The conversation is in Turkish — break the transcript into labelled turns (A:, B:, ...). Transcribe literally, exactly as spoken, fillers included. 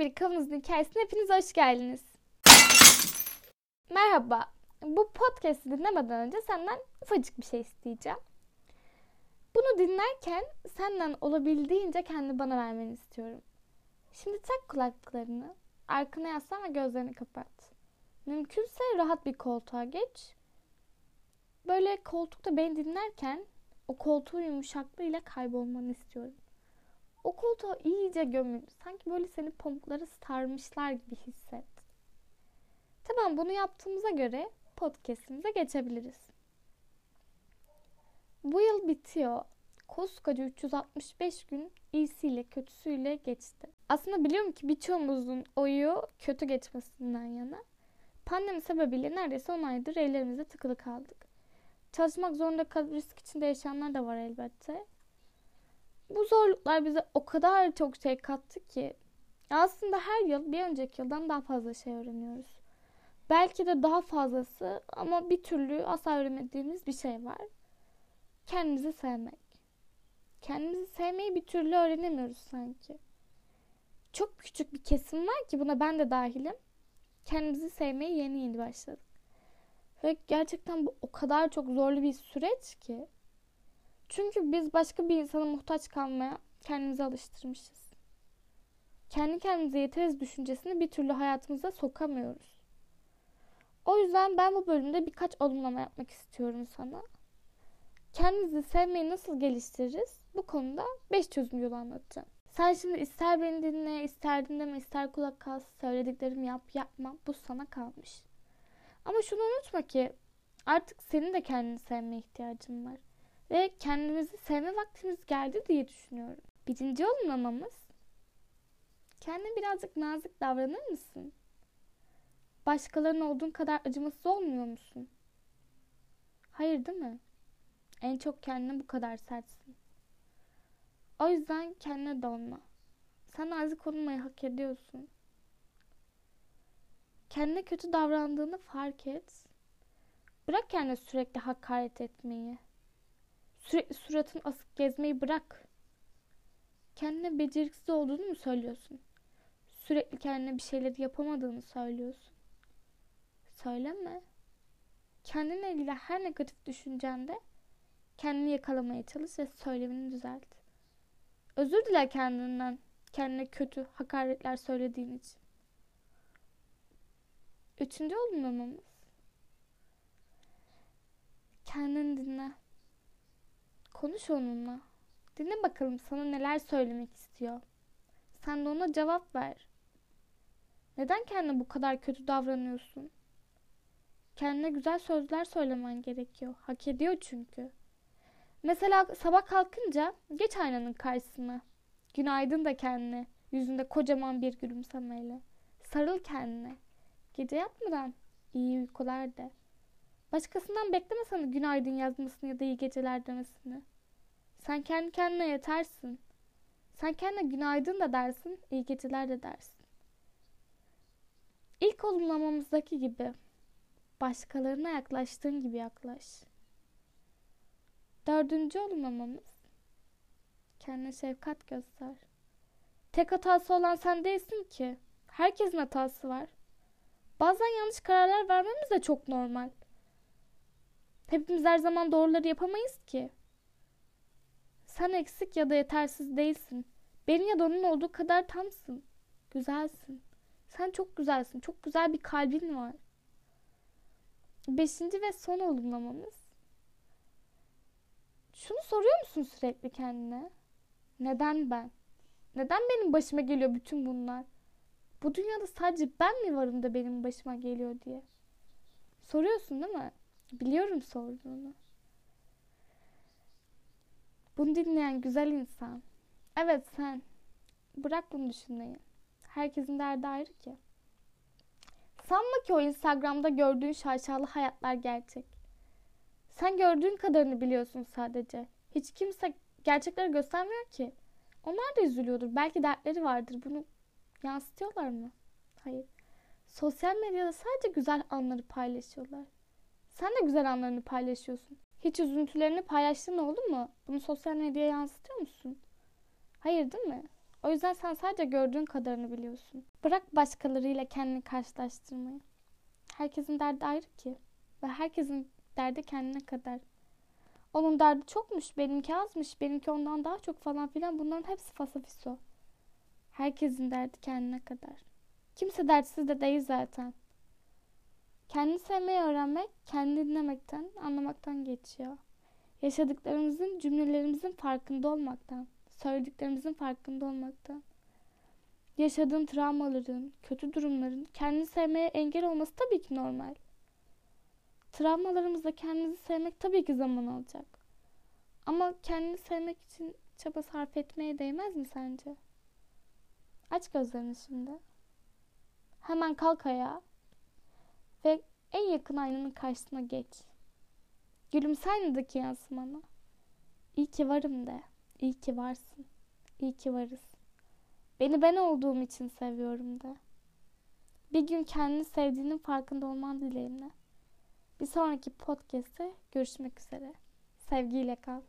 A: bir kavanozun hikayesine hepiniz hoş geldiniz. Merhaba. Bu podcast'i dinlemeden önce senden ufacık bir şey isteyeceğim. Bunu dinlerken senden olabildiğince kendini bana vermeni istiyorum. Şimdi tak kulaklıklarını, arkana yaslan ve gözlerini kapat. Mümkünse rahat bir koltuğa geç. Böyle koltukta beni dinlerken o koltuğun yumuşaklığıyla kaybolmanı istiyorum. O koltuğa iyice gömül. Sanki böyle seni pamuklara sarmışlar gibi hisset. Tamam, bunu yaptığımıza göre podcast'imize geçebiliriz. Bu yıl bitiyor. Koskoca üç yüz altmış beş gün iyisiyle kötüsüyle geçti. Aslında biliyorum ki birçoğumuzun oyu kötü geçmesinden yana. Pandemi sebebiyle neredeyse on aydır evlerimize tıkılı kaldık. Çalışmak zorunda kalıp risk içinde yaşayanlar da var elbette. Bu zorluklar bize o kadar çok şey kattı ki aslında her yıl bir önceki yıldan daha fazla şey öğreniyoruz. Belki de daha fazlası ama bir türlü asla öğrenmediğimiz bir şey var. Kendimizi sevmek. Kendimizi sevmeyi bir türlü öğrenemiyoruz sanki. Çok küçük bir kesim var ki buna ben de dahilim. Kendimizi sevmeye yeni yeni başladık. Ve gerçekten bu o kadar çok zorlu bir süreç ki. Çünkü biz başka bir insana muhtaç kalmaya kendimizi alıştırmışız. Kendi kendimize yeteriz düşüncesini bir türlü hayatımıza sokamıyoruz. O yüzden ben bu bölümde birkaç olumlama yapmak istiyorum sana. Kendimizi sevmeyi nasıl geliştiririz? Bu konuda beş çözüm yolu anlatacağım. Sen şimdi ister beni dinle, ister dinleme, ister kulak as, söylediklerimi yap, yapma. Bu sana kalmış. Ama şunu unutma ki artık senin de kendini sevmeye ihtiyacın var. Ve kendimizi sevme vaktimiz geldi diye düşünüyorum. Birinci olumlamamız, kendine birazcık nazik davranır mısın? Başkalarının olduğun kadar acımasız olmuyor musun? Hayır, değil mi? En çok kendine bu kadar sertsin. O yüzden kendine de olma. Sen nazik olmayı hak ediyorsun. Kendine kötü davrandığını fark et. Bırak kendine sürekli hakaret etmeyi. Sürekli suratını asıp gezmeyi bırak. Kendine beceriksiz olduğunu mu söylüyorsun? Sürekli kendine bir şeyleri yapamadığını söylüyorsun. Söyleme. Kendine ilgili her negatif düşüncende kendini yakalamaya çalış ve söylemini düzelt. Özür dile kendinden, kendine kötü hakaretler söylediğin için. Üçüncü olumlamamız, kendini dinle. Konuş onunla. Dinle bakalım sana neler söylemek istiyor. Sen de ona cevap ver. Neden kendine bu kadar kötü davranıyorsun? Kendine güzel sözler söylemen gerekiyor. Hak ediyor çünkü. Mesela sabah kalkınca geç aynanın karşısına. Günaydın da kendine. Yüzünde kocaman bir gülümsemeyle. Sarıl kendine. Gece yatmadan iyi uykular de. Başkasından bekleme sana günaydın yazmasını ya da iyi geceler demesini. Sen kendi kendine yetersin. Sen kendine günaydın da dersin, iyi geceler de dersin. İlk olumlamamızdaki gibi başkalarına yaklaştığın gibi yaklaş. Dördüncü olumlamamız, kendine şefkat göster. Tek hatası olan sen değilsin ki. Herkesin hatası var. Bazen yanlış kararlar vermemiz de çok normal. Hepimiz her zaman doğruları yapamayız ki. Sen eksik ya da yetersiz değilsin. Benim ya da onun olduğu kadar tamsın. Güzelsin. Sen çok güzelsin. Çok güzel bir kalbin var. Beşinci ve son olumlamamız. Şunu soruyor musun sürekli kendine? Neden ben? Neden benim başıma geliyor bütün bunlar? Bu dünyada sadece ben mi varım da benim başıma geliyor diye. Soruyorsun değil mi? Biliyorum sorduğunu. Bunu dinleyen güzel insan. Evet sen. Bırak bunu düşünmeyi. Herkesin derdi ayrı ki. Sanma ki o Instagram'da gördüğün şaşalı hayatlar gerçek. Sen gördüğün kadarını biliyorsun sadece. Hiç kimse gerçekleri göstermiyor ki. Onlar da üzülüyordur. Belki dertleri vardır. Bunu yansıtıyorlar mı? Hayır. Sosyal medyada sadece güzel anları paylaşıyorlar. Sen de güzel anlarını paylaşıyorsun. Hiç üzüntülerini paylaştığın oldu mu? Bunu sosyal medyaya yansıtıyor musun? Hayır, değil mi? O yüzden sen sadece gördüğün kadarını biliyorsun. Bırak başkalarıyla kendini karşılaştırmayı. Herkesin derdi ayrı ki. Ve herkesin derdi kendine kadar. Onun derdi çokmuş, benimki azmış, benimki ondan daha çok falan filan. Bunların hepsi fasafiso. Herkesin derdi kendine kadar. Kimse dertsiz de değil zaten. Kendini sevmeyi öğrenmek, kendini dinlemekten, anlamaktan geçiyor. Yaşadıklarımızın, cümlelerimizin farkında olmaktan, söylediklerimizin farkında olmaktan. Yaşadığın travmaların, kötü durumların kendini sevmeye engel olması tabii ki normal. Travmalarımızla kendimizi sevmek tabii ki zaman alacak. Ama kendini sevmek için çaba sarf etmeye değmez mi sence? Aç gözlerini şimdi. Hemen kalk ayağa ve en yakın aynanın karşısına geç. Gülümse aynadaki yansımana. İyi ki varım de. İyi ki varsın. İyi ki varız. Beni ben olduğum için seviyorum de. Bir gün kendini sevdiğinin farkında olman dileğimle. Bir sonraki podcast'te görüşmek üzere. Sevgiyle kal.